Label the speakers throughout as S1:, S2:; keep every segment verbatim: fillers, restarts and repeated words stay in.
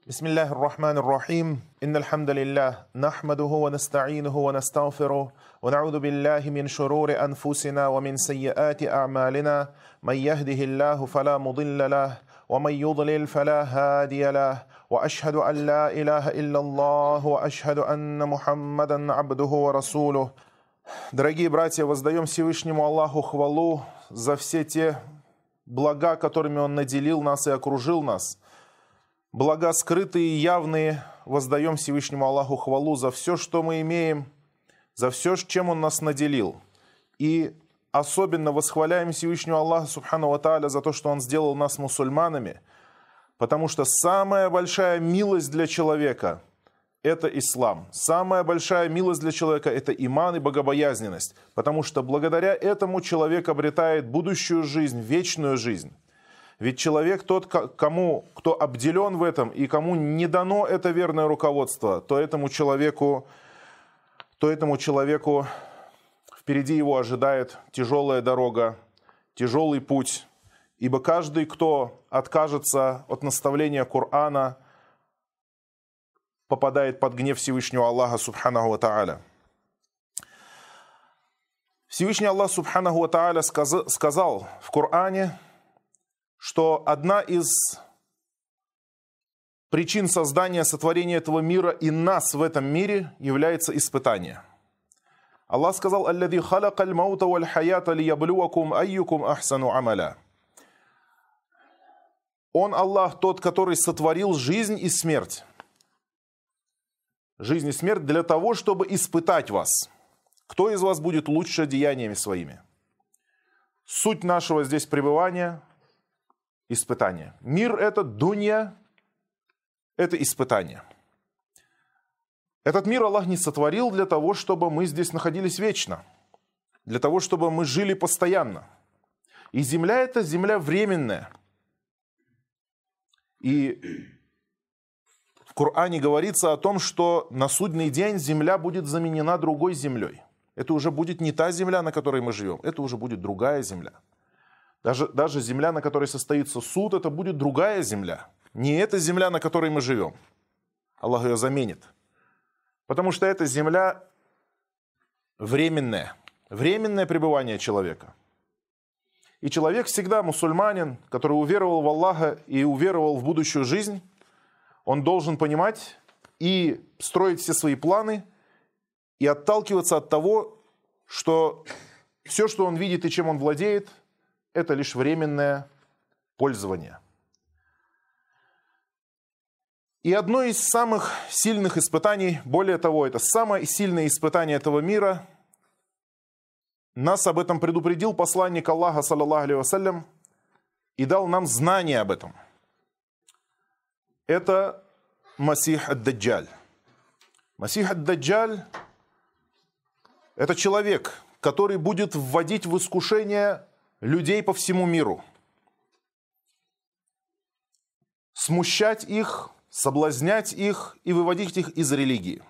S1: بسم الله الرحمن الرحيم إن الحمد لله نحمده ونستعينه ونستغفره ونعوذ بالله من شرور أنفسنا ومن سيئات أعمالنا من يهده الله فلا مضل له ومن يضلل فلا هادي له وأشهد أن لا إله إلا الله وأشهد أن محمدا عبده ورسوله. Дорогие братья, воздаем Всевышнему Аллаху хвалу за все те блага, которыми Он наделил нас и окружил нас. Блага скрытые и явные, воздаем Всевышнему Аллаху хвалу за все, что мы имеем, за все, чем Он нас наделил. И особенно восхваляем Всевышнего Аллаха Субхану ва Тааля за то, что Он сделал нас мусульманами, потому что самая большая милость для человека – это ислам. Самая большая милость для человека – это иман и богобоязненность, потому что благодаря этому человек обретает будущую жизнь, вечную жизнь. Ведь человек тот, кому, кто обделен в этом и кому не дано это верное руководство, то этому человеку, то этому человеку впереди его ожидает тяжелая дорога, тяжелый путь. Ибо каждый, кто откажется от наставления Корана, попадает под гнев Всевышнего Аллаха Субханаху ва Тааля. Всевышний Аллах Субханаху ва Тааля сказал в Коране, что одна из причин создания, сотворения этого мира и нас в этом мире является испытание. Аллах сказал: «Аллади халакаль маута валь хаята лияблювакум айюкум ахсану амаля». Он, Аллах, тот, который сотворил жизнь и смерть. Жизнь и смерть для того, чтобы испытать вас. Кто из вас будет лучше деяниями своими? Суть нашего здесь пребывания – испытание. Мир – это дунья, это испытание. Этот мир Аллах не сотворил для того, чтобы мы здесь находились вечно, для того, чтобы мы жили постоянно. И земля – это земля временная. И в Коране говорится о том, что на судный день земля будет заменена другой землей. Это уже будет не та земля, на которой мы живем, это уже будет другая земля. Даже, даже земля, на которой состоится суд, это будет другая земля. Не эта земля, на которой мы живем. Аллах ее заменит. Потому что эта земля временная. Временное пребывание человека. И человек всегда мусульманин, который уверовал в Аллаха и уверовал в будущую жизнь, он должен понимать и строить все свои планы и отталкиваться от того, что все, что он видит и чем он владеет, это лишь временное пользование. И одно из самых сильных испытаний, более того, это самое сильное испытание этого мира, нас об этом предупредил посланник Аллаха, саллаллаху алейхи вассалям, и дал нам знание об этом. Это Масих ад-Даджаль. Масих ад-Даджаль – это человек, который будет вводить в искушение людей по всему миру, смущать их, соблазнять их и выводить их из религии.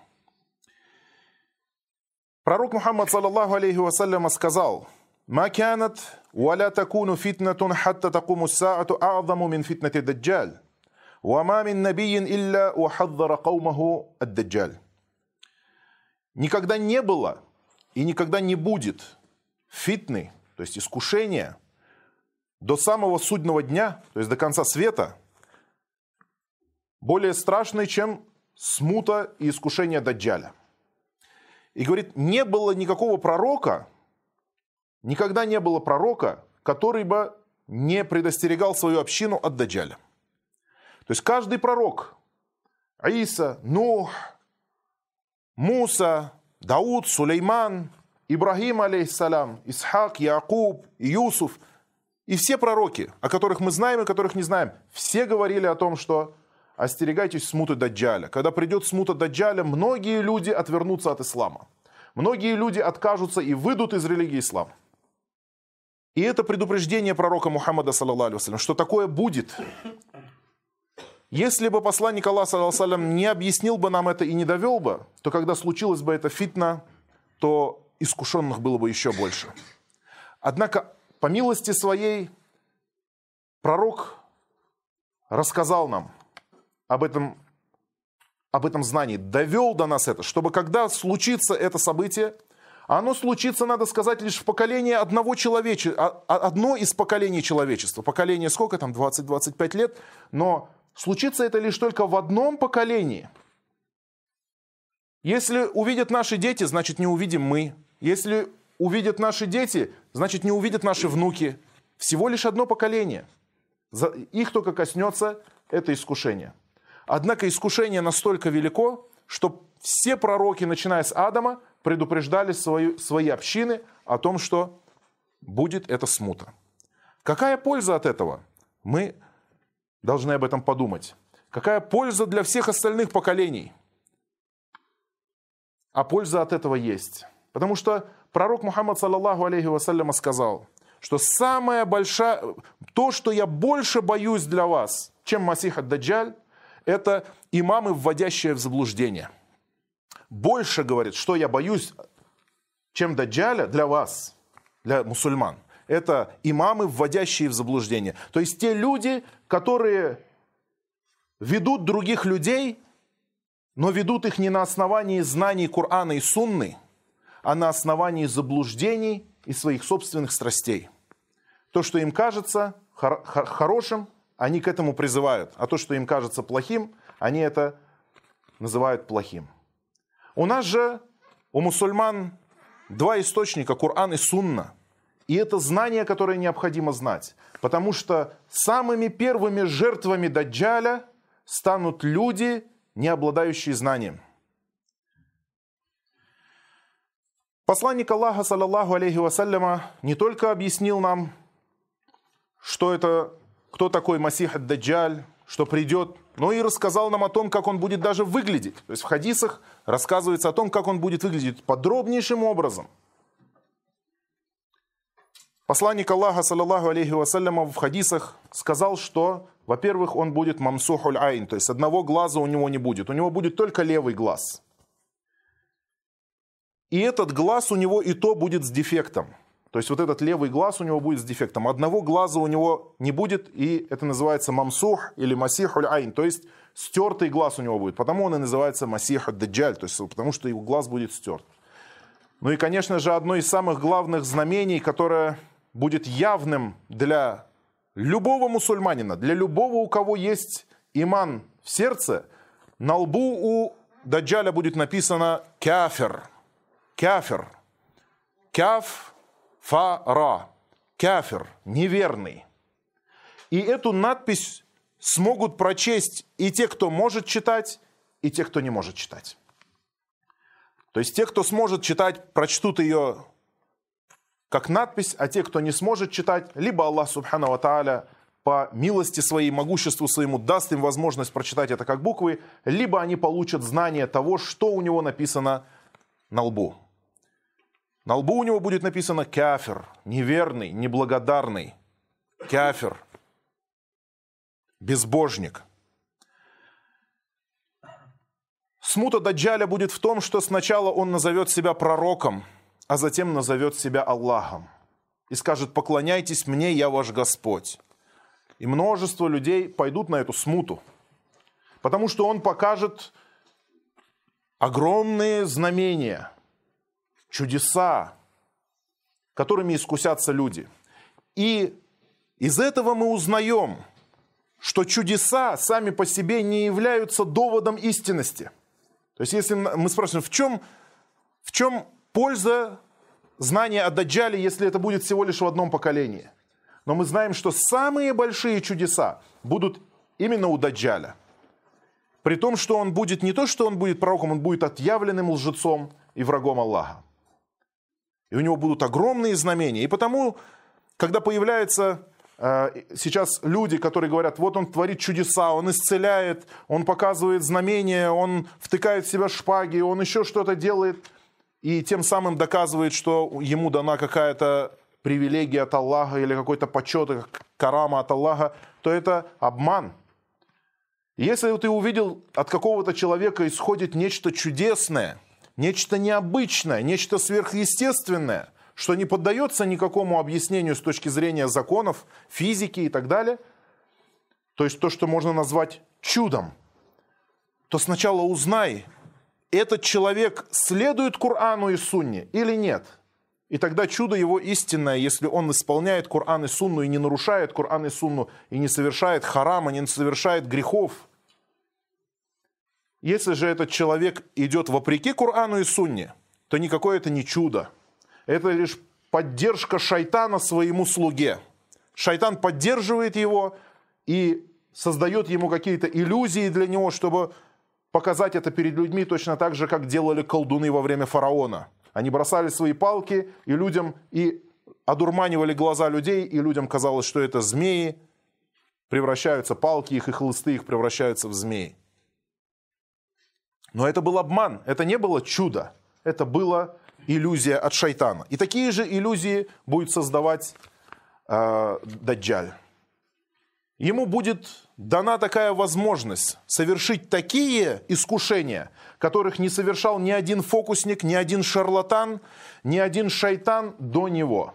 S1: Пророк Мухаммад, саллаллаху алейхи вассалям, сказал: «Ма канат ва ла такуну фитнатун хатта такуму ас-саату а'заму мин фитнати даджаль, ва ма мин набийин илля ва хаддара каумаху ад-даджаль». Никогда не было и никогда не будет фитны, то есть искушение, до самого судного дня, то есть до конца света, более страшное, чем смута и искушение Даджаля. И говорит, не было никакого пророка, никогда не было пророка, который бы не предостерегал свою общину от Даджаля. То есть каждый пророк, Иса, Нух, Муса, Дауд, Сулейман, Ибрагим, алейхиссалям, Исхак, Якуб, Юсуф и все пророки, о которых мы знаем и которых не знаем, все говорили о том, что остерегайтесь смуты Даджаля. Когда придет смута Даджаля, многие люди отвернутся от ислама. Многие люди откажутся и выйдут из религии ислама. И это предупреждение пророка Мухаммада, саллаллаху алейхи вассалям, что такое будет. Если бы посланник Аллаха, саллаллаху алейхи вассалям, не объяснил бы нам это и не довел бы, то когда случилась бы эта фитна, то искушенных было бы еще больше. Однако, по милости своей, пророк рассказал нам об этом об этом знании, довел до нас это, чтобы когда случится это событие, оно случится, надо сказать, лишь в поколении одного человечества, одно из поколений человечества. Поколение сколько там, двадцать-двадцать пять лет, но случится это лишь только в одном поколении. Если увидят наши дети, значит не увидим мы. Если увидят наши дети, значит не увидят наши внуки. Всего лишь одно поколение. Их только коснется это искушение. Однако искушение настолько велико, что все пророки, начиная с Адама, предупреждали свои, свои общины о том, что будет эта смута. Какая польза от этого? Мы должны об этом подумать. Какая польза для всех остальных поколений? А польза от этого есть. Потому что пророк Мухаммад, саллаллаху алейхи вассаляма, сказал, что самое большое, то, что я больше боюсь для вас, чем Масих ад-Даджаль, это имамы, вводящие в заблуждение. Больше, говорит, что я боюсь, чем Даджаля для вас, для мусульман. Это имамы, вводящие в заблуждение. То есть те люди, которые ведут других людей, но ведут их не на основании знаний Корана и Сунны, а на основании заблуждений и своих собственных страстей. То, что им кажется хор- хор- хорошим, они к этому призывают. А то, что им кажется плохим, они это называют плохим. У нас же, у мусульман, два источника, Коран и Сунна. И это знание, которое необходимо знать. Потому что самыми первыми жертвами Даджаля станут люди, не обладающие знанием. Посланник Аллаха, саллаллаху алейхи вассаляма, не только объяснил нам, что это, кто такой Масих ад-Даджаль, что придет, но и рассказал нам о том, как он будет даже выглядеть. То есть в хадисах рассказывается о том, как он будет выглядеть подробнейшим образом. Посланник Аллаха, саллаллаху алейхи вассаляма, в хадисах сказал, что, во-первых, он будет мамсухуль айн, то есть одного глаза у него не будет, у него будет только левый глаз. И этот глаз у него и то будет с дефектом. То есть вот этот левый глаз у него будет с дефектом. Одного глаза у него не будет, и это называется мамсух или масихуль айн, то есть стертый глаз у него будет. Потому он и называется масих ад-Даджаль, то есть потому что его глаз будет стерт. Ну и, конечно же, одно из самых главных знамений, которое будет явным для любого мусульманина, для любого, у кого есть иман в сердце, на лбу у Даджаля будет написано «кафир». Кафир. Каф, фа, ра. Кафир. Неверный. И эту надпись смогут прочесть и те, кто может читать, и те, кто не может читать. То есть те, кто сможет читать, прочтут ее как надпись, а те, кто не сможет читать, либо Аллах субхану ва тааля по милости своей, могуществу своему даст им возможность прочитать это как буквы, либо они получат знание того, что у него написано на лбу. На лбу у него будет написано «кафир», неверный, неблагодарный, кафир, безбожник. Смута Даджаля будет в том, что сначала он назовет себя пророком, а затем назовет себя Аллахом. И скажет: «Поклоняйтесь мне, я ваш Господь». И множество людей пойдут на эту смуту, потому что он покажет огромные знамения, чудеса, которыми искусятся люди. И из этого мы узнаем, что чудеса сами по себе не являются доводом истинности. То есть если мы спрашиваем, в чем, в чем польза знания о Даджале, если это будет всего лишь в одном поколении? Но мы знаем, что самые большие чудеса будут именно у Даджаля. При том, что он будет не то, что он будет пророком, он будет отъявленным лжецом и врагом Аллаха. И у него будут огромные знамения. И потому, когда появляются э, сейчас люди, которые говорят: вот он творит чудеса, он исцеляет, он показывает знамения, он втыкает в себя шпаги, он еще что-то делает, и тем самым доказывает, что ему дана какая-то привилегия от Аллаха или какой-то почет, карама от Аллаха, то это обман. Если ты увидел, от какого-то человека исходит нечто чудесное, нечто необычное, нечто сверхъестественное, что не поддается никакому объяснению с точки зрения законов, физики и так далее, то есть то, что можно назвать чудом, то сначала узнай, этот человек следует Корану и Сунне или нет. И тогда чудо его истинное, если он исполняет Коран и Сунну и не нарушает Коран и Сунну, и не совершает харама, не совершает грехов. Если же этот человек идет вопреки Корану и Сунне, то никакое это не чудо. Это лишь поддержка шайтана своему слуге. Шайтан поддерживает его и создает ему какие-то иллюзии для него, чтобы показать это перед людьми точно так же, как делали колдуны во время фараона. Они бросали свои палки и людям и одурманивали глаза людей, и людям казалось, что это змеи, превращаются палки их и хлысты их превращаются в змеи. Но это был обман, это не было чудо, это была иллюзия от шайтана. И такие же иллюзии будет создавать э, Даджаль. Ему будет дана такая возможность совершить такие искушения, которых не совершал ни один фокусник, ни один шарлатан, ни один шайтан до него.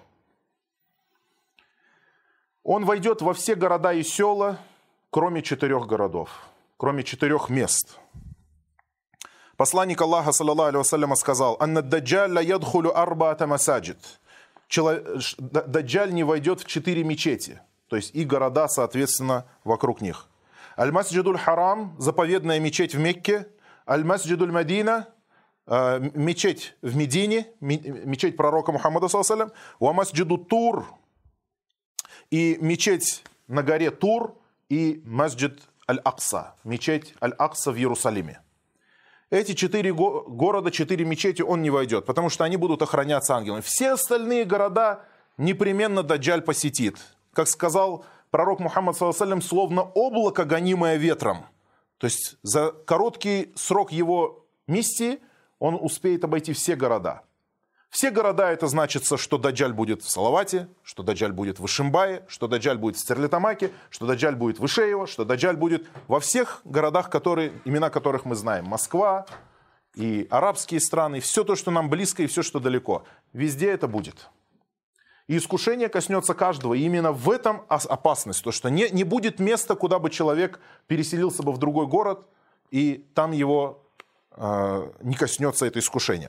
S1: Он войдет во все города и села, кроме четырех городов, кроме четырех мест. Посланник Аллаха, саллаллаху алейхи вассаляма, сказал: «Анна даджаль ла ядхулю арбаата масаджид». Даджаль не войдет в четыре мечети, то есть и города, соответственно, вокруг них. Аль-Масджидуль Харам, заповедная мечеть в Мекке. Аль-Масджидуль Мадина, мечеть в Медине, мечеть пророка Мухаммада, саллаллаху алейхи вассалям. Ва Масджиду Тур, и мечеть на горе Тур, и Масджид Аль-Акса, мечеть Аль-Акса в Иерусалиме. Эти четыре го- города, четыре мечети он не войдет, потому что они будут охраняться ангелами. Все остальные города непременно Даджаль посетит. Как сказал пророк Мухаммад, саллаллаху алейхи вассалям, словно облако, гонимое ветром. То есть за короткий срок его миссии он успеет обойти все города. Все города — это значится, что Даджаль будет в Салавате, что Даджаль будет в Ишимбае, что Даджаль будет в Стерлитамаке, что Даджаль будет в Ишеево, что Даджаль будет во всех городах, которые, имена которых мы знаем. Москва и арабские страны, все то, что нам близко, и все, что далеко. Везде это будет. И искушение коснется каждого. И именно в этом опасность. То, что не, не будет места, куда бы человек переселился бы в другой город, и там его э, не коснется это искушение.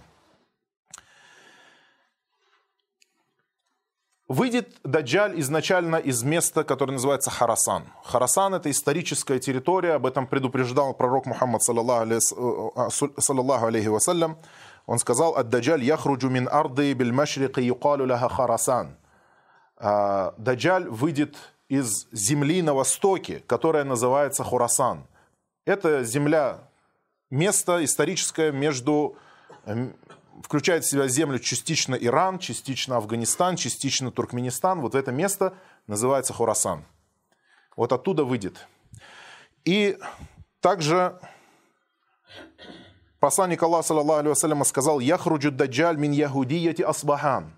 S1: Выйдет Даджаль изначально из места, которое называется Харасан. Харасан — это историческая территория, об этом предупреждал пророк Мухаммад, саллаллаху алейхи вассалям. Он сказал: «Ад-Даджаль яхруджу мин арды биль машрики юкалу ляха Харасан». Даджаль выйдет из земли на востоке, которая называется Хурасан. Это земля, место историческое между... включает в себя землю частично Иран, частично Афганистан, частично Туркменистан. Вот это место называется Хурасан. Вот оттуда выйдет. И также посланник Аллаха, саллаллаху алейхи вассалям, сказал: «Яхруджу даджаль мин яхудияти асбахан».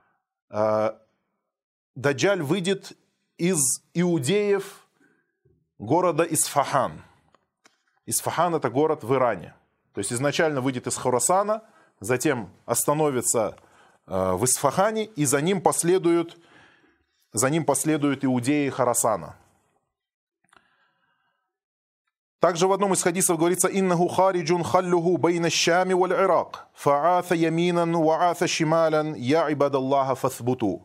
S1: Даджаль выйдет из иудеев города Исфахан. Исфахан — это город в Иране. То есть изначально выйдет из Хурасана, затем остановится э, в Исфахане, и за ним последуют, за ним последуют иудеи Харасана. Также в одном из хадисов говорится: «Иннаху хариджун халлюху байна щами валь Ирак, фа'атha яминан ва'атha шималян, я ибадаллаха фаthбуту».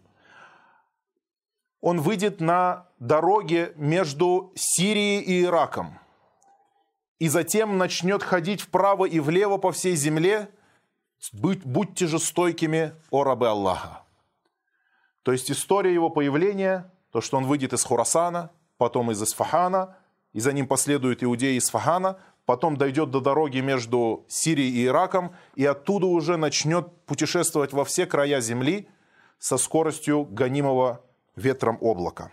S1: Он выйдет на дороге между Сирией и Ираком, и затем начнет ходить вправо и влево по всей земле. Будьте же стойкими, о рабы Аллаха. То есть история его появления, то, что он выйдет из Хурасана, потом из Исфахана, и за ним последуют иудеи Исфахана, потом дойдет до дороги между Сирией и Ираком, и оттуда уже начнет путешествовать во все края земли со скоростью гонимого ветром облака.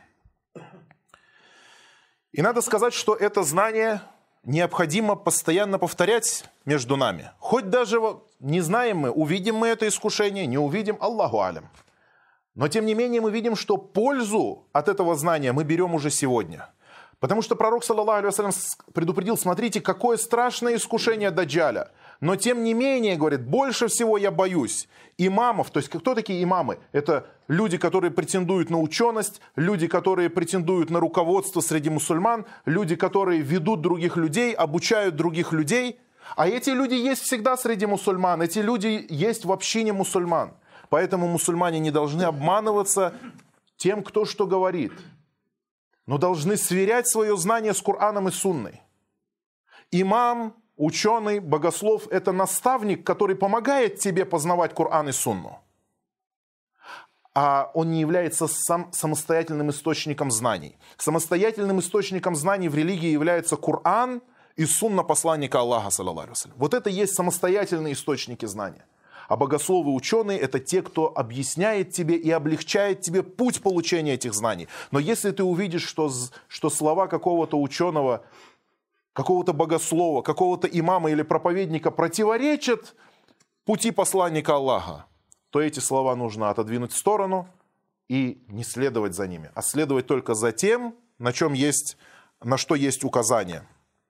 S1: И надо сказать, что это знание необходимо постоянно повторять между нами. Хоть даже не знаем мы, увидим мы это искушение, не увидим, Аллаху алям. Но тем не менее мы видим, что пользу от этого знания мы берем уже сегодня. Потому что пророк, саллаллаху алейхи вассалям, предупредил: смотрите, какое страшное искушение Даджаля. Но тем не менее, говорит, больше всего я боюсь имамов. То есть кто такие имамы? Это люди, которые претендуют на ученость, люди, которые претендуют на руководство среди мусульман, люди, которые ведут других людей, обучают других людей. А эти люди есть всегда среди мусульман, эти люди есть в общине мусульман. Поэтому мусульмане не должны обманываться тем, кто что говорит, но должны сверять свое знание с Кораном и Сунной. Имам, ученый, богослов – это наставник, который помогает тебе познавать Коран и Сунну. А он не является сам самостоятельным источником знаний. Самостоятельным источником знаний в религии является Коран и Сунна посланника Аллаха, саллаллаху алейхи ва саллям. Вот это и есть самостоятельные источники знания. А богословы, ученые – это те, кто объясняет тебе и облегчает тебе путь получения этих знаний. Но если ты увидишь, что, что слова какого-то ученого, какого-то богослова, какого-то имама или проповедника противоречат пути посланника Аллаха, то эти слова нужно отодвинуть в сторону и не следовать за ними, а следовать только за тем, на чем есть, на что есть указание.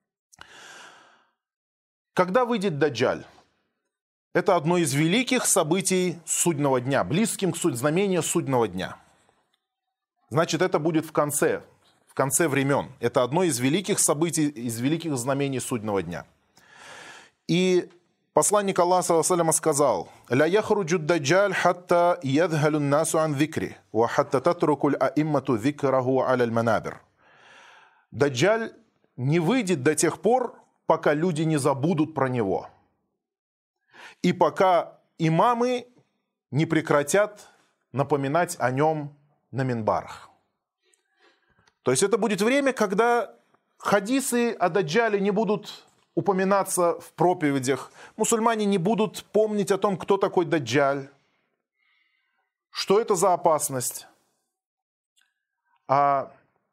S1: Когда выйдет Даджаль? Это одно из великих событий судного дня, близким к суть знамения судного дня. Значит, это будет в конце, в конце времен. Это одно из великих событий, из великих знамений судного дня. И посланник Аллаха, саллаллаху алейхи ва саллям, сказал: «Ля яхруджу даджаль хатта ядхалю насу ан зикри, ва хатта татрукуль аиммату зикраху аля манабир». Даджаль не выйдет до тех пор, пока люди не забудут про него. И пока имамы не прекратят напоминать о нем на минбарах. То есть это будет время, когда хадисы о Даджале не будут упоминаться в проповедях. Мусульмане не будут помнить о том, кто такой Даджаль, что это за опасность. А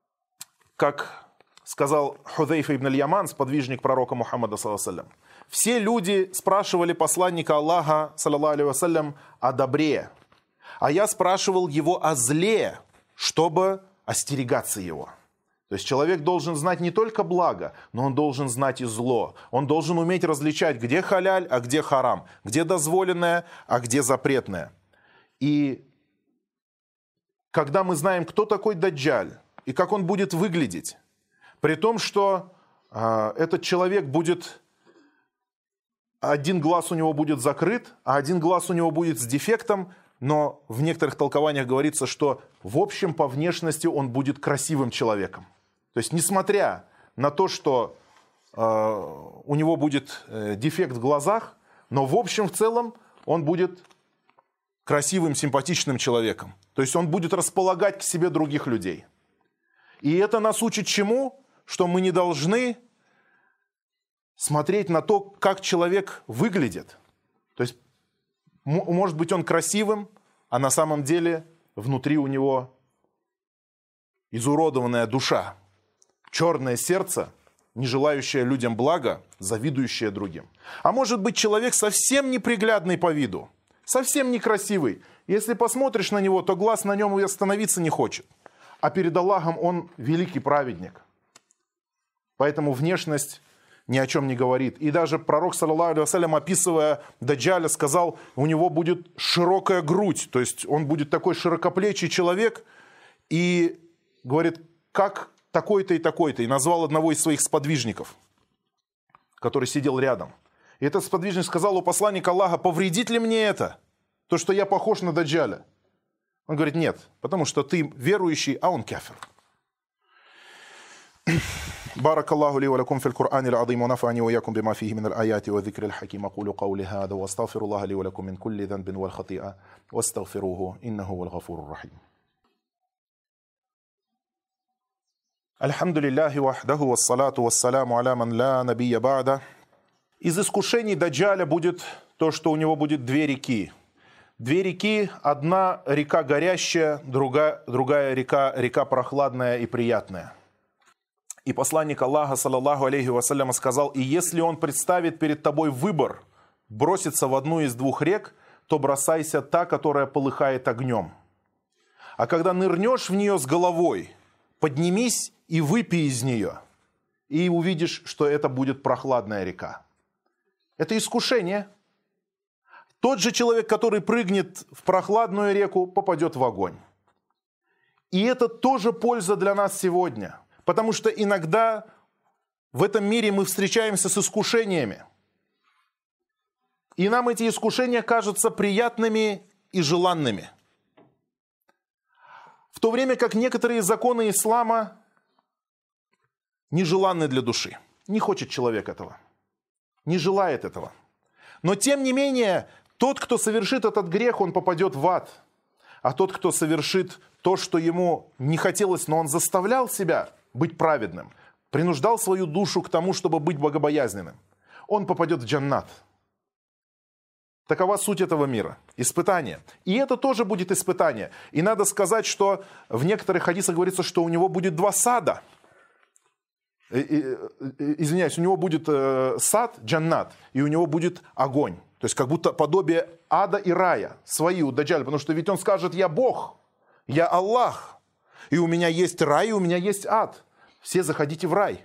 S1: как сказал Худзайфа ибн аль-Яман, сподвижник пророка Мухаммада, саллаллаху алейхи ва саллям, все люди спрашивали посланника Аллаха, саллаллаху алейхи ва саллям, о добре, а я спрашивал его о зле, чтобы остерегаться его. То есть человек должен знать не только благо, но он должен знать и зло. Он должен уметь различать, где халяль, а где харам, где дозволенное, а где запретное. И когда мы знаем, кто такой Даджаль и как он будет выглядеть, при том, что э, этот человек будет, один глаз у него будет закрыт, а один глаз у него будет с дефектом, но в некоторых толкованиях говорится, что в общем по внешности он будет красивым человеком. То есть несмотря на то, что э, у него будет э, дефект в глазах, но в общем в целом он будет красивым, симпатичным человеком. То есть он будет располагать к себе других людей. И это нас учит чему? Что мы не должны смотреть на то, как человек выглядит. То есть, может быть, он красивым, а на самом деле внутри у него изуродованная душа, черное сердце, не желающее людям блага, завидующее другим. А может быть, человек совсем неприглядный по виду, совсем некрасивый. Если посмотришь на него, то глаз на нем и остановиться не хочет. А перед Аллахом он великий праведник. Поэтому внешность ни о чем не говорит. И даже пророк, саллаллаху алейхи ва саллям, описывая Даджаля, сказал, у него будет широкая грудь. То есть он будет такой широкоплечий человек. И говорит, как такой-то и такой-то. И назвал одного из своих сподвижников, который сидел рядом. И этот сподвижник сказал у посланника Аллаха, повредит ли мне это? То, что я похож на Даджаля. Он говорит, нет, потому что ты верующий, а он кафир. بارك الله لي ولكم في القرآن العظيم ونفعني وإياكم بما فيه من الآيات والذكر الحكيم أقول قولي هذا واستغفر الله لي ولكم من كل ذنب والخطيئة واستغفروه إنه هو الغفور الرحيم. الحمد لله وحده والصلاة والسلام على من لا نبي بعده. Из искушений Даджаля будет то, что у него будет две реки. Две реки, одна река горящая, другая, другая река, река прохладная и приятная. И посланник Аллаха, саллаллаху алейхи ва саллям, сказал, и если он представит перед тобой выбор броситься в одну из двух рек, то бросайся та, которая полыхает огнем. А когда нырнешь в нее с головой, поднимись и выпей из нее, и увидишь, что это будет прохладная река. Это искушение. Тот же человек, который прыгнет в прохладную реку, попадет в огонь. И это тоже польза для нас сегодня. Потому что иногда в этом мире мы встречаемся с искушениями. И нам эти искушения кажутся приятными и желанными. В то время как некоторые законы ислама нежеланны для души. Не хочет человек этого. Не желает этого. Но тем не менее, тот, кто совершит этот грех, он попадет в ад. А тот, кто совершит то, что ему не хотелось, но он заставлял себя быть праведным, принуждал свою душу к тому, чтобы быть богобоязненным, он попадет в джаннат. Такова суть этого мира. Испытание. И это тоже будет испытание. И надо сказать, что в некоторых хадисах говорится, что у него будет два сада. Извиняюсь, у него будет сад, джаннат, и у него будет огонь. То есть как будто подобие ада и рая. Свои у Даджаля. Потому что ведь он скажет: я Бог, я Аллах. И у меня есть рай, и у меня есть ад. Все заходите в рай.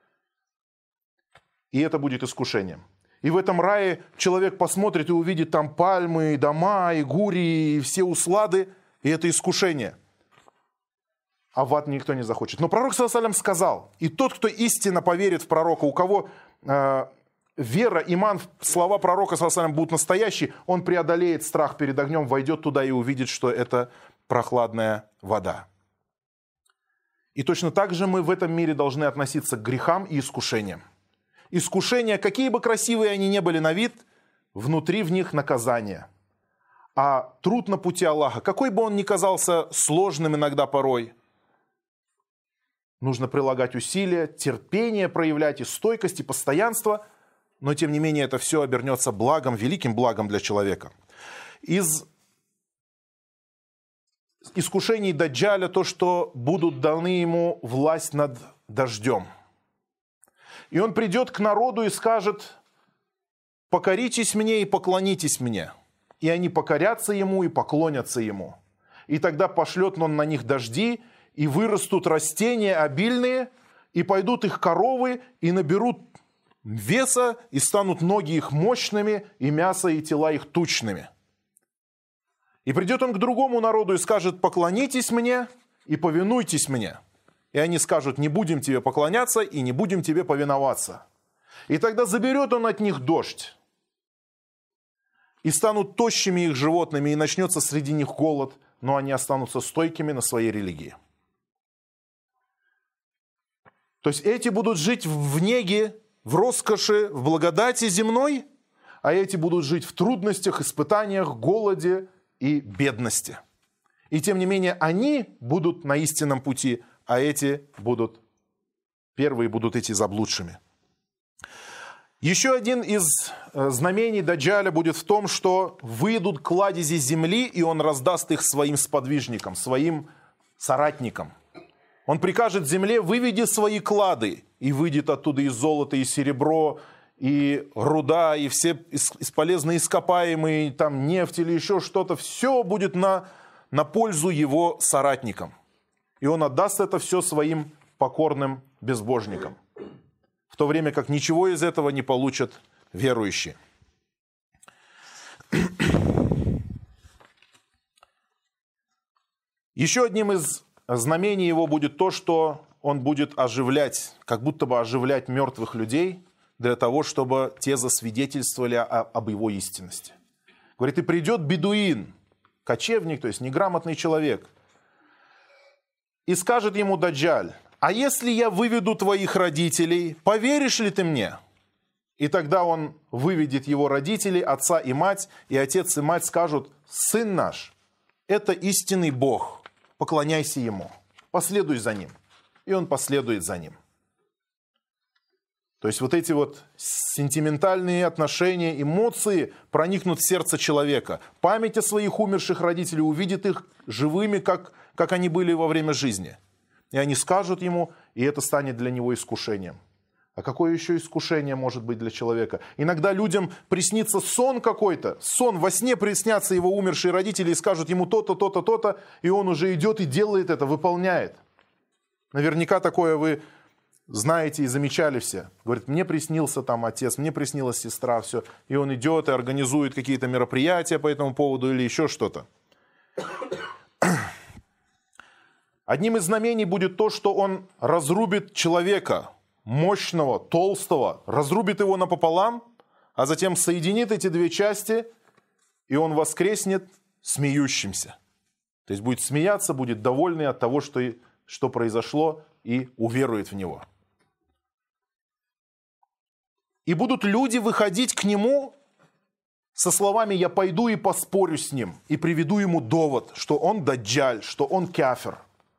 S1: И это будет искушением. И в этом рае человек посмотрит и увидит там пальмы, и дома, и гури, и все услады. И это искушение. А в ад никто не захочет. Но пророк саллаллаху алейхи ва саллям сказал: и тот, кто истинно поверит в пророка, у кого э, вера, иман, слова пророка саллаллаху алейхи ва саллям будут настоящие, он преодолеет страх перед огнем, войдет туда и увидит, что это прохладная вода. И точно так же мы в этом мире должны относиться к грехам и искушениям. Искушения, какие бы красивые они ни были на вид, внутри в них наказание. А труд на пути Аллаха, какой бы он ни казался сложным иногда порой, нужно прилагать усилия, терпение проявлять, и стойкость, и постоянство, но тем не менее это все обернется благом, великим благом для человека. Из искушений Даджаля то, что будут даны ему власть над дождем. И он придет к народу и скажет: покоритесь мне и поклонитесь мне. И они покорятся ему и поклонятся ему. И тогда пошлет он на них дожди, и вырастут растения обильные, и пойдут их коровы, и наберут веса, и станут ноги их мощными, и мясо и тела их тучными. И придет он к другому народу и скажет: поклонитесь мне и повинуйтесь мне. И они скажут: не будем тебе поклоняться и не будем тебе повиноваться. И тогда заберет он от них дождь. И станут тощими их животными, и начнется среди них голод, но они останутся стойкими на своей религии. То есть эти будут жить в неге, в роскоши, в благодати земной, а эти будут жить в трудностях, испытаниях, голоде и бедности. И тем не менее они будут на истинном пути, а эти будут, первые будут идти заблудшими. Еще один из знамений Даджаля будет в том, что выйдут кладези земли, и он раздаст их своим сподвижникам, своим соратникам. Он прикажет земле: выведи свои клады, и выйдет оттуда и золото, и серебро, и руда, и все полезные ископаемые, там нефть или еще что-то. Все будет на, на пользу его соратникам. И он отдаст это все своим покорным безбожникам. В то время как ничего из этого не получат верующие. Еще одним из знамений его будет то, что он будет оживлять, как будто бы оживлять мертвых людей, для того, чтобы те засвидетельствовали об его истинности. Говорит: и придет бедуин, кочевник, то есть неграмотный человек, и скажет ему Даджаль: а если я выведу твоих родителей, поверишь ли ты мне? И тогда он выведет его родителей, отца и мать, и отец и мать скажут: сын наш, это истинный Бог, поклоняйся ему, последуй за ним. И он последует за ним. То есть вот эти вот сентиментальные отношения, эмоции проникнут в сердце человека. Память о своих умерших родителей, увидит их живыми, как, как они были во время жизни. И они скажут ему, и это станет для него искушением. А какое еще искушение может быть для человека? Иногда людям приснится сон какой-то, сон, во сне приснятся его умершие родители и скажут ему то-то, то-то, то-то, и он уже идет и делает это, выполняет. Наверняка такое вы знаете и замечали все. Говорит, мне приснился там отец, мне приснилась сестра, все. И он идет и организует какие-то мероприятия по этому поводу или еще что-то. Одним из знамений будет то, что он разрубит человека, мощного, толстого, разрубит его напополам, а затем соединит эти две части, и он воскреснет смеющимся. То есть будет смеяться, будет довольный от того, что, что произошло, и уверует в него. И будут люди выходить к нему со словами «я пойду и поспорю с ним, и приведу ему довод, что он даджаль, что он кафир».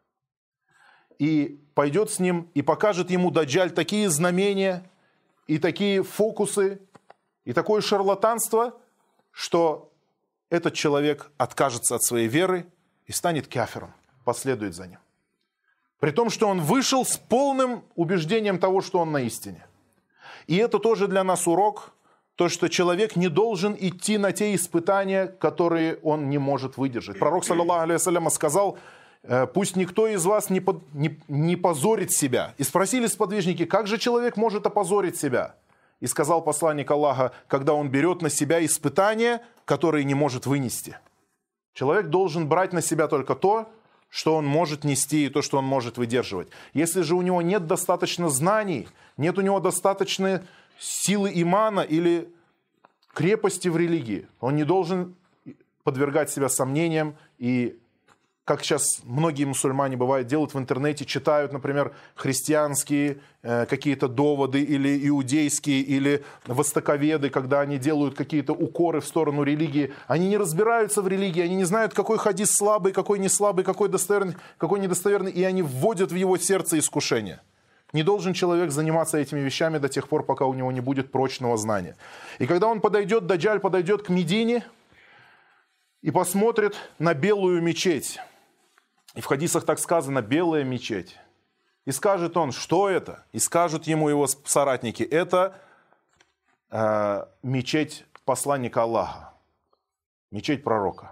S1: И пойдет с ним и покажет ему даджаль такие знамения, и такие фокусы, и такое шарлатанство, что этот человек откажется от своей веры и станет кафиром, последует за ним. При том, что он вышел с полным убеждением того, что он на истине. И это тоже для нас урок, то, что человек не должен идти на те испытания, которые он не может выдержать. Пророк, саллаллаху алейхи вассалям, сказал, пусть никто из вас не, под, не, не позорит себя. И спросили сподвижники, как же человек может опозорить себя? И сказал посланник Аллаха, когда он берет на себя испытания, которые не может вынести. Человек должен брать на себя только то, что он может нести и то, что он может выдерживать. Если же у него нет достаточно знаний, нет у него достаточной силы имана или крепости в религии, он не должен подвергать себя сомнениям и, как сейчас многие мусульмане бывают, делают в интернете, читают, например, христианские э, какие-то доводы или иудейские, или востоковеды, когда они делают какие-то укоры в сторону религии. Они не разбираются в религии, они не знают, какой хадис слабый, какой не слабый, какой достоверный, какой недостоверный, и они вводят в его сердце искушение. Не должен человек заниматься этими вещами до тех пор, пока у него не будет прочного знания. И когда он подойдет, даджаль подойдет к Медине и посмотрит на белую мечеть. И в хадисах так сказано, белая мечеть. И скажет он, что это? И скажут ему его соратники, это э, мечеть посланника Аллаха, мечеть пророка.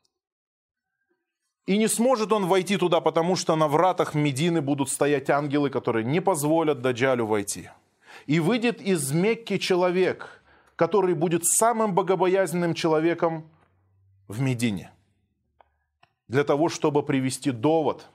S1: И не сможет он войти туда, потому что на вратах Медины будут стоять ангелы, которые не позволят даджалю войти. И выйдет из Мекки человек, который будет самым богобоязненным человеком в Медине, для того, чтобы привести довод.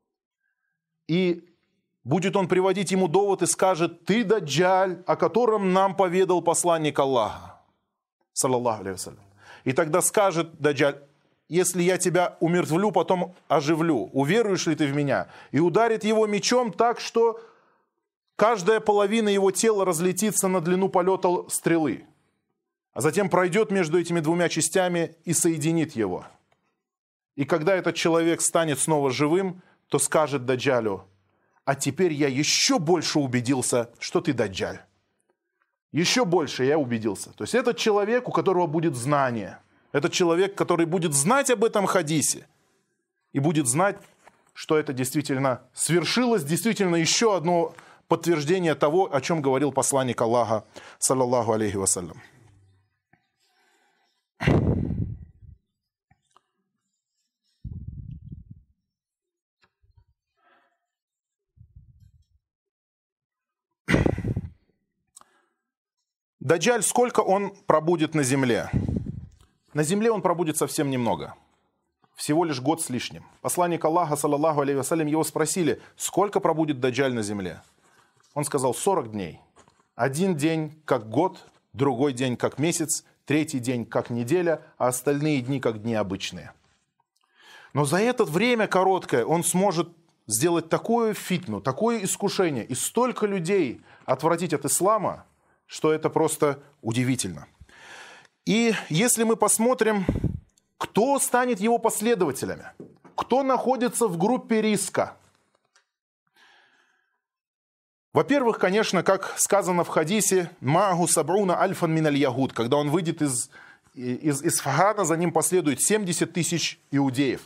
S1: И будет он приводить ему довод и скажет, ты даджаль, о котором нам поведал посланник Аллаха, саллаллаху алейхи вассалям. И тогда скажет даджаль, если я тебя умертвлю, потом оживлю, уверуешь ли ты в меня? И ударит его мечом так, что каждая половина его тела разлетится на длину полета стрелы, а затем пройдет между этими двумя частями и соединит его. И когда этот человек станет снова живым, то скажет даджалю, а теперь я еще больше убедился, что ты даджаль. Еще больше я убедился. То есть этот человек, у которого будет знание, этот человек, который будет знать об этом хадисе и будет знать, что это действительно свершилось, действительно еще одно подтверждение того, о чем говорил посланник Аллаха, саллаллаху алейхи вассалям. Даджаль, сколько он пробудет на земле? На земле он пробудет совсем немного. Всего лишь год с лишним. Посланник Аллаха, саллаллаху алейхи вассалям, его спросили, сколько пробудет даджаль на земле? Он сказал, сорок дней. Один день как год, другой день как месяц, третий день как неделя, а остальные дни как дни обычные. Но за это время короткое он сможет сделать такую фитну, такое искушение и столько людей отвратить от ислама, что это просто удивительно. И если мы посмотрим, кто станет его последователями, кто находится в группе риска. Во-первых, конечно, как сказано в хадисе, «Маагу сабруна альфан миналь ягуд», когда он выйдет из, из Исфахана, за ним последует семьдесят тысяч иудеев.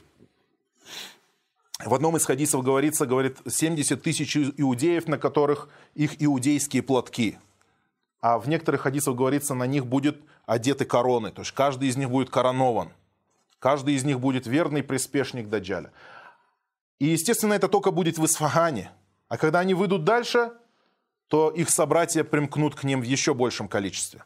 S1: В одном из хадисов говорится, говорит, семьдесят тысяч иудеев, на которых их иудейские платки. А в некоторых хадисах говорится, на них будут одеты короны. То есть каждый из них будет коронован. Каждый из них будет верный приспешник даджаля. И, естественно, это только будет в Исфахане. А когда они выйдут дальше, то их собратья примкнут к ним в еще большем количестве.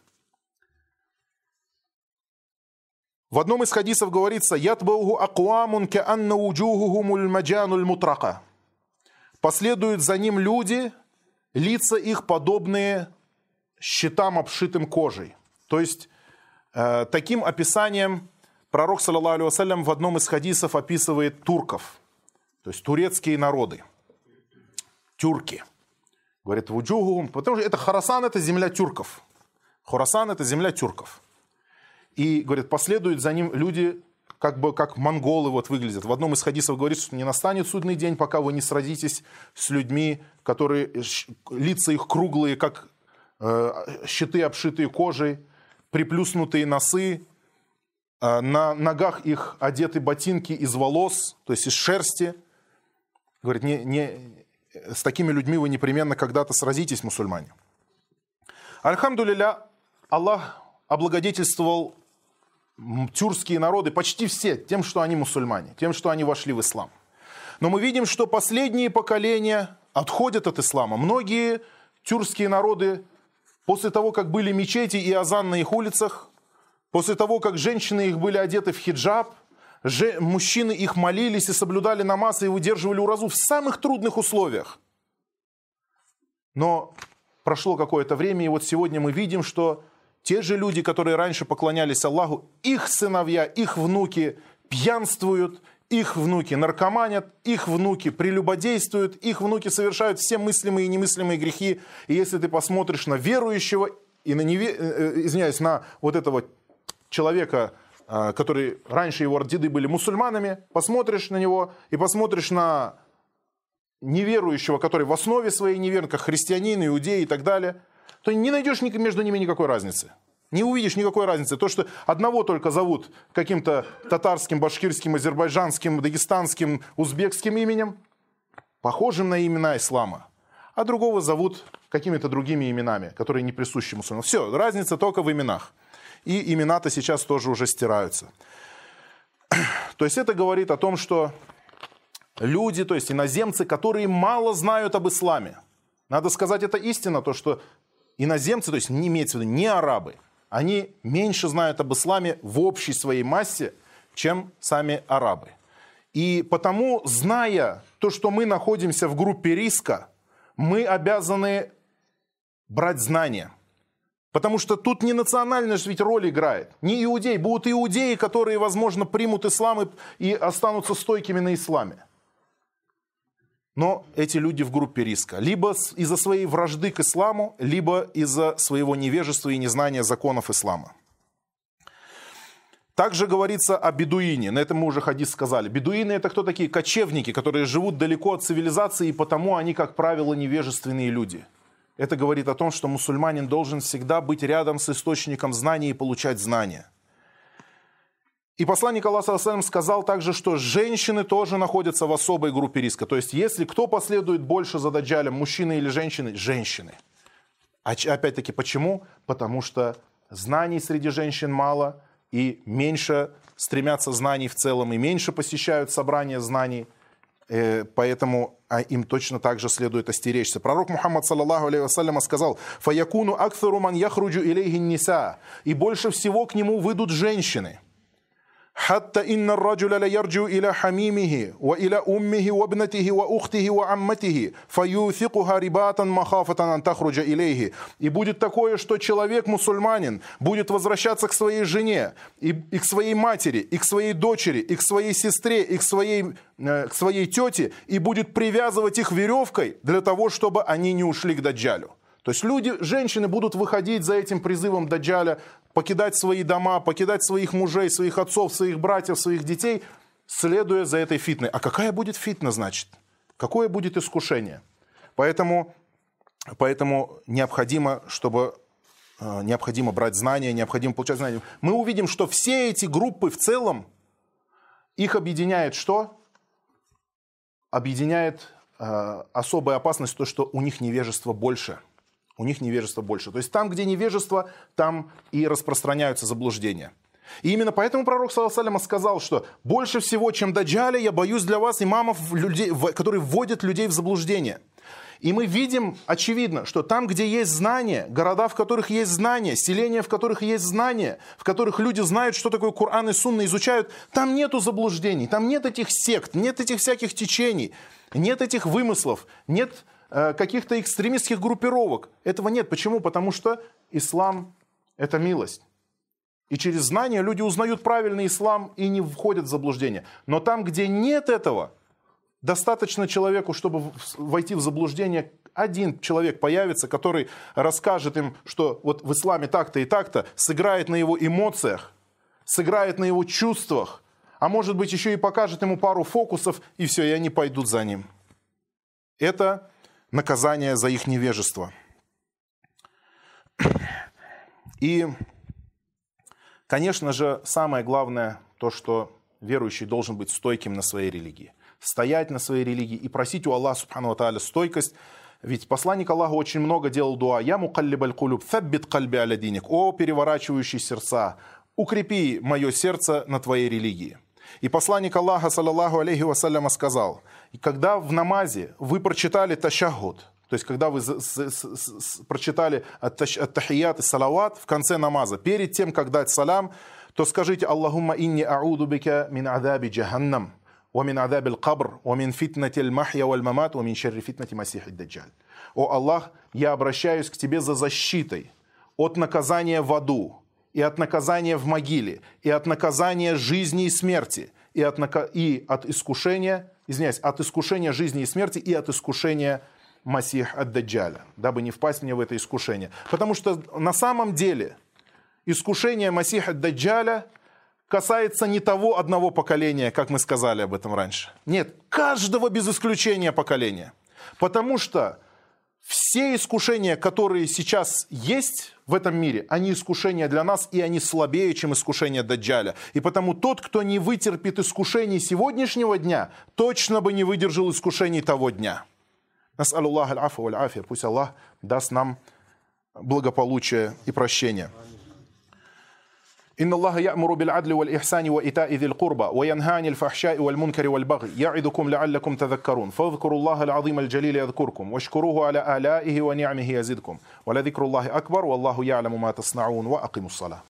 S1: В одном из хадисов говорится: «Ятбауху акуамун каанна уджухухумуль маджануль мутрака». Последуют за ним люди, лица их подобные щитам, обшитым кожей. То есть э, таким описанием пророк, саллаллаху алейхи вассалям, в одном из хадисов описывает турков, то есть турецкие народы, тюрки. Говорит, вуджухухум, потому что это Хорасан, это земля тюрков. Хорасан это земля тюрков. И, говорит, последуют за ним люди, как бы как монголы вот выглядят. В одном из хадисов говорится, что не настанет судный день, пока вы не сразитесь с людьми, которые, лица их круглые, как э, щиты, обшитые кожей, приплюснутые носы, э, на ногах их одеты ботинки из волос, то есть из шерсти. Говорит, не, не, с такими людьми вы непременно когда-то сразитесь, мусульмане. Альхамдулилля, Аллах облагодетельствовал тюркские народы, почти все, тем, что они мусульмане, тем, что они вошли в ислам. Но мы видим, что последние поколения отходят от ислама. Многие тюркские народы, после того, как были мечети и азан на их улицах, после того, как женщины их были одеты в хиджаб, же, мужчины их молились и соблюдали намаз и выдерживали уразу в самых трудных условиях. Но прошло какое-то время, и вот сегодня мы видим, что те же люди, которые раньше поклонялись Аллаху, их сыновья, их внуки пьянствуют, их внуки наркоманят, их внуки прелюбодействуют, их внуки совершают все мыслимые и немыслимые грехи. И если ты посмотришь на верующего и на, неве... извиняюсь, на вот этого человека, который раньше его деды были мусульманами, посмотришь на него и посмотришь на неверующего, который в основе своей неверен, как христианин, иудей и так далее, то не найдешь между ними никакой разницы. Не увидишь никакой разницы. То, что одного только зовут каким-то татарским, башкирским, азербайджанским, дагестанским, узбекским именем, похожим на имена ислама, а другого зовут какими-то другими именами, которые не присущи мусульманам. Все, разница только в именах. И имена-то сейчас тоже уже стираются. То есть это говорит о том, что люди, то есть иноземцы, которые мало знают об исламе. Надо сказать, это истина, то, что иноземцы, то есть не имеется в виду не арабы, они меньше знают об исламе в общей своей массе, чем сами арабы. И потому, зная то, что мы находимся в группе риска, мы обязаны брать знания. Потому что тут не национальность ведь роль играет. Не иудеи. Будут иудеи, которые, возможно, примут ислам и, и останутся стойкими на исламе. Но эти люди в группе риска. Либо из-за своей вражды к исламу, либо из-за своего невежества и незнания законов ислама. Также говорится о бедуине. На этом мы уже хадис сказали. Бедуины — это кто такие? Кочевники, которые живут далеко от цивилизации, и потому они, как правило, невежественные люди. Это говорит о том, что мусульманин должен всегда быть рядом с источником знаний и получать знания. И посланник Аллаха саллаллаху алейхи ва саллям сказал также, что женщины тоже находятся в особой группе риска. То есть, если кто последует больше за даджалем, мужчины или женщины? Женщины. А опять-таки, почему? Потому что знаний среди женщин мало, и меньше стремятся знаний в целом, и меньше посещают собрания знаний. Поэтому им точно так же следует остеречься. Пророк Мухаммад, саллаллаху алейхи ва саллям, сказал: «Фаякуну акфару ман яхруджу илейхи ниса». И больше всего к нему выйдут женщины. حتى إن الرجل لا يرجع إلى حميمه وإلى أمه وابنته وأخته وعمته فيوثقها رباطا مخافة أن تخرج إليه. И будет такое, что человек, мусульманин, будет возвращаться к своей жене, и, и к своей матери, и к своей дочери, и к своей сестре, и к своей, э, к своей тете, и будет привязывать их веревкой для того, чтобы они не ушли к даджалю. То есть люди, женщины будут выходить за этим призывом даджаля, покидать свои дома, покидать своих мужей, своих отцов, своих братьев, своих детей, следуя за этой фитной. А какая будет фитна, значит? Какое будет искушение? Поэтому, поэтому необходимо, чтобы, необходимо брать знания, необходимо получать знания. Мы увидим, что все эти группы в целом, их объединяет что? Объединяет э, особая опасность, то, что у них невежество больше. У них невежество больше. То есть там, где невежество, там и распространяются заблуждения. И именно поэтому пророк, саллаллаху алейхи ва саллям, сказал, что больше всего, чем даджаля, я боюсь для вас имамов, людей, которые вводят людей в заблуждение.
S2: И мы видим, очевидно, что там, где есть знания, города, в которых есть знания, селения, в которых есть знания, в которых люди знают, что такое Коран и Сунна, изучают, там нету заблуждений, там нет этих сект, нет этих всяких течений, нет этих вымыслов, нет э, каких-то экстремистских группировок. Этого нет. Почему? Потому что ислам – это милость. И через знания люди узнают правильный ислам и не входят в заблуждение. Но там, где нет этого, достаточно человеку, чтобы войти в заблуждение, один человек появится, который расскажет им, что вот в исламе так-то и так-то, сыграет на его эмоциях, сыграет на его чувствах, а может быть еще и покажет ему пару фокусов, и все, и они пойдут за ним. Это наказание за их невежество. И, конечно же, самое главное, то, что верующий должен быть стойким на своей религии. Стоять на своей религии и просить у Аллаха субхану ва тааля стойкость. Ведь посланник Аллаха очень много делал дуа. «Я мукаллибаль кулюб, фаббит кальби аля диник». «О, переворачивающий сердца, укрепи мое сердце на твоей религии». И посланник Аллаха, саллаллаху алейхи вассаляма, сказал, когда в намазе вы прочитали ташаххуд, то есть когда вы прочитали ат-тахият и салават в конце намаза, перед тем, как дать салям, то скажите «Аллахумма инни а'уду бика мин адаби джаханнам». ومن عذاب القبر ومن فتنة المحيا والممات ومن شر فتنة مسيح الدجال. О Аллах, я обращаюсь к Тебе за защитой от наказания в аду, и от наказания в могиле, и от наказания жизни и смерти, и от, нака... и от искушения, извиняюсь, от искушения жизни и смерти, и от искушения Масих ад-Даджаля, дабы не впасть мне в это искушение. Потому что на самом деле искушение Масиха ад-Даджаля касается не того одного поколения, как мы сказали об этом раньше. Нет, каждого без исключения поколения. Потому что все искушения, которые сейчас есть в этом мире, они искушения для нас, и они слабее, чем искушения Даджаля. И потому тот, кто не вытерпит искушений сегодняшнего дня, точно бы не выдержал искушений того дня. Нас'алю Аллах аль-афу валь-афия. Пусть Аллах даст нам благополучие и прощение. إن الله يأمر بالعدل والإحسان وإيتاء ذي القربى وينهى عن الفحشاء والمنكر والبغي يعظكم لعلكم تذكرون فاذكروا الله العظيم الجليل يذكركم واشكروه على آلائه ونعمه يزدكم ولذكر الله أكبر والله يعلم ما تصنعون وأقيموا الصلاة.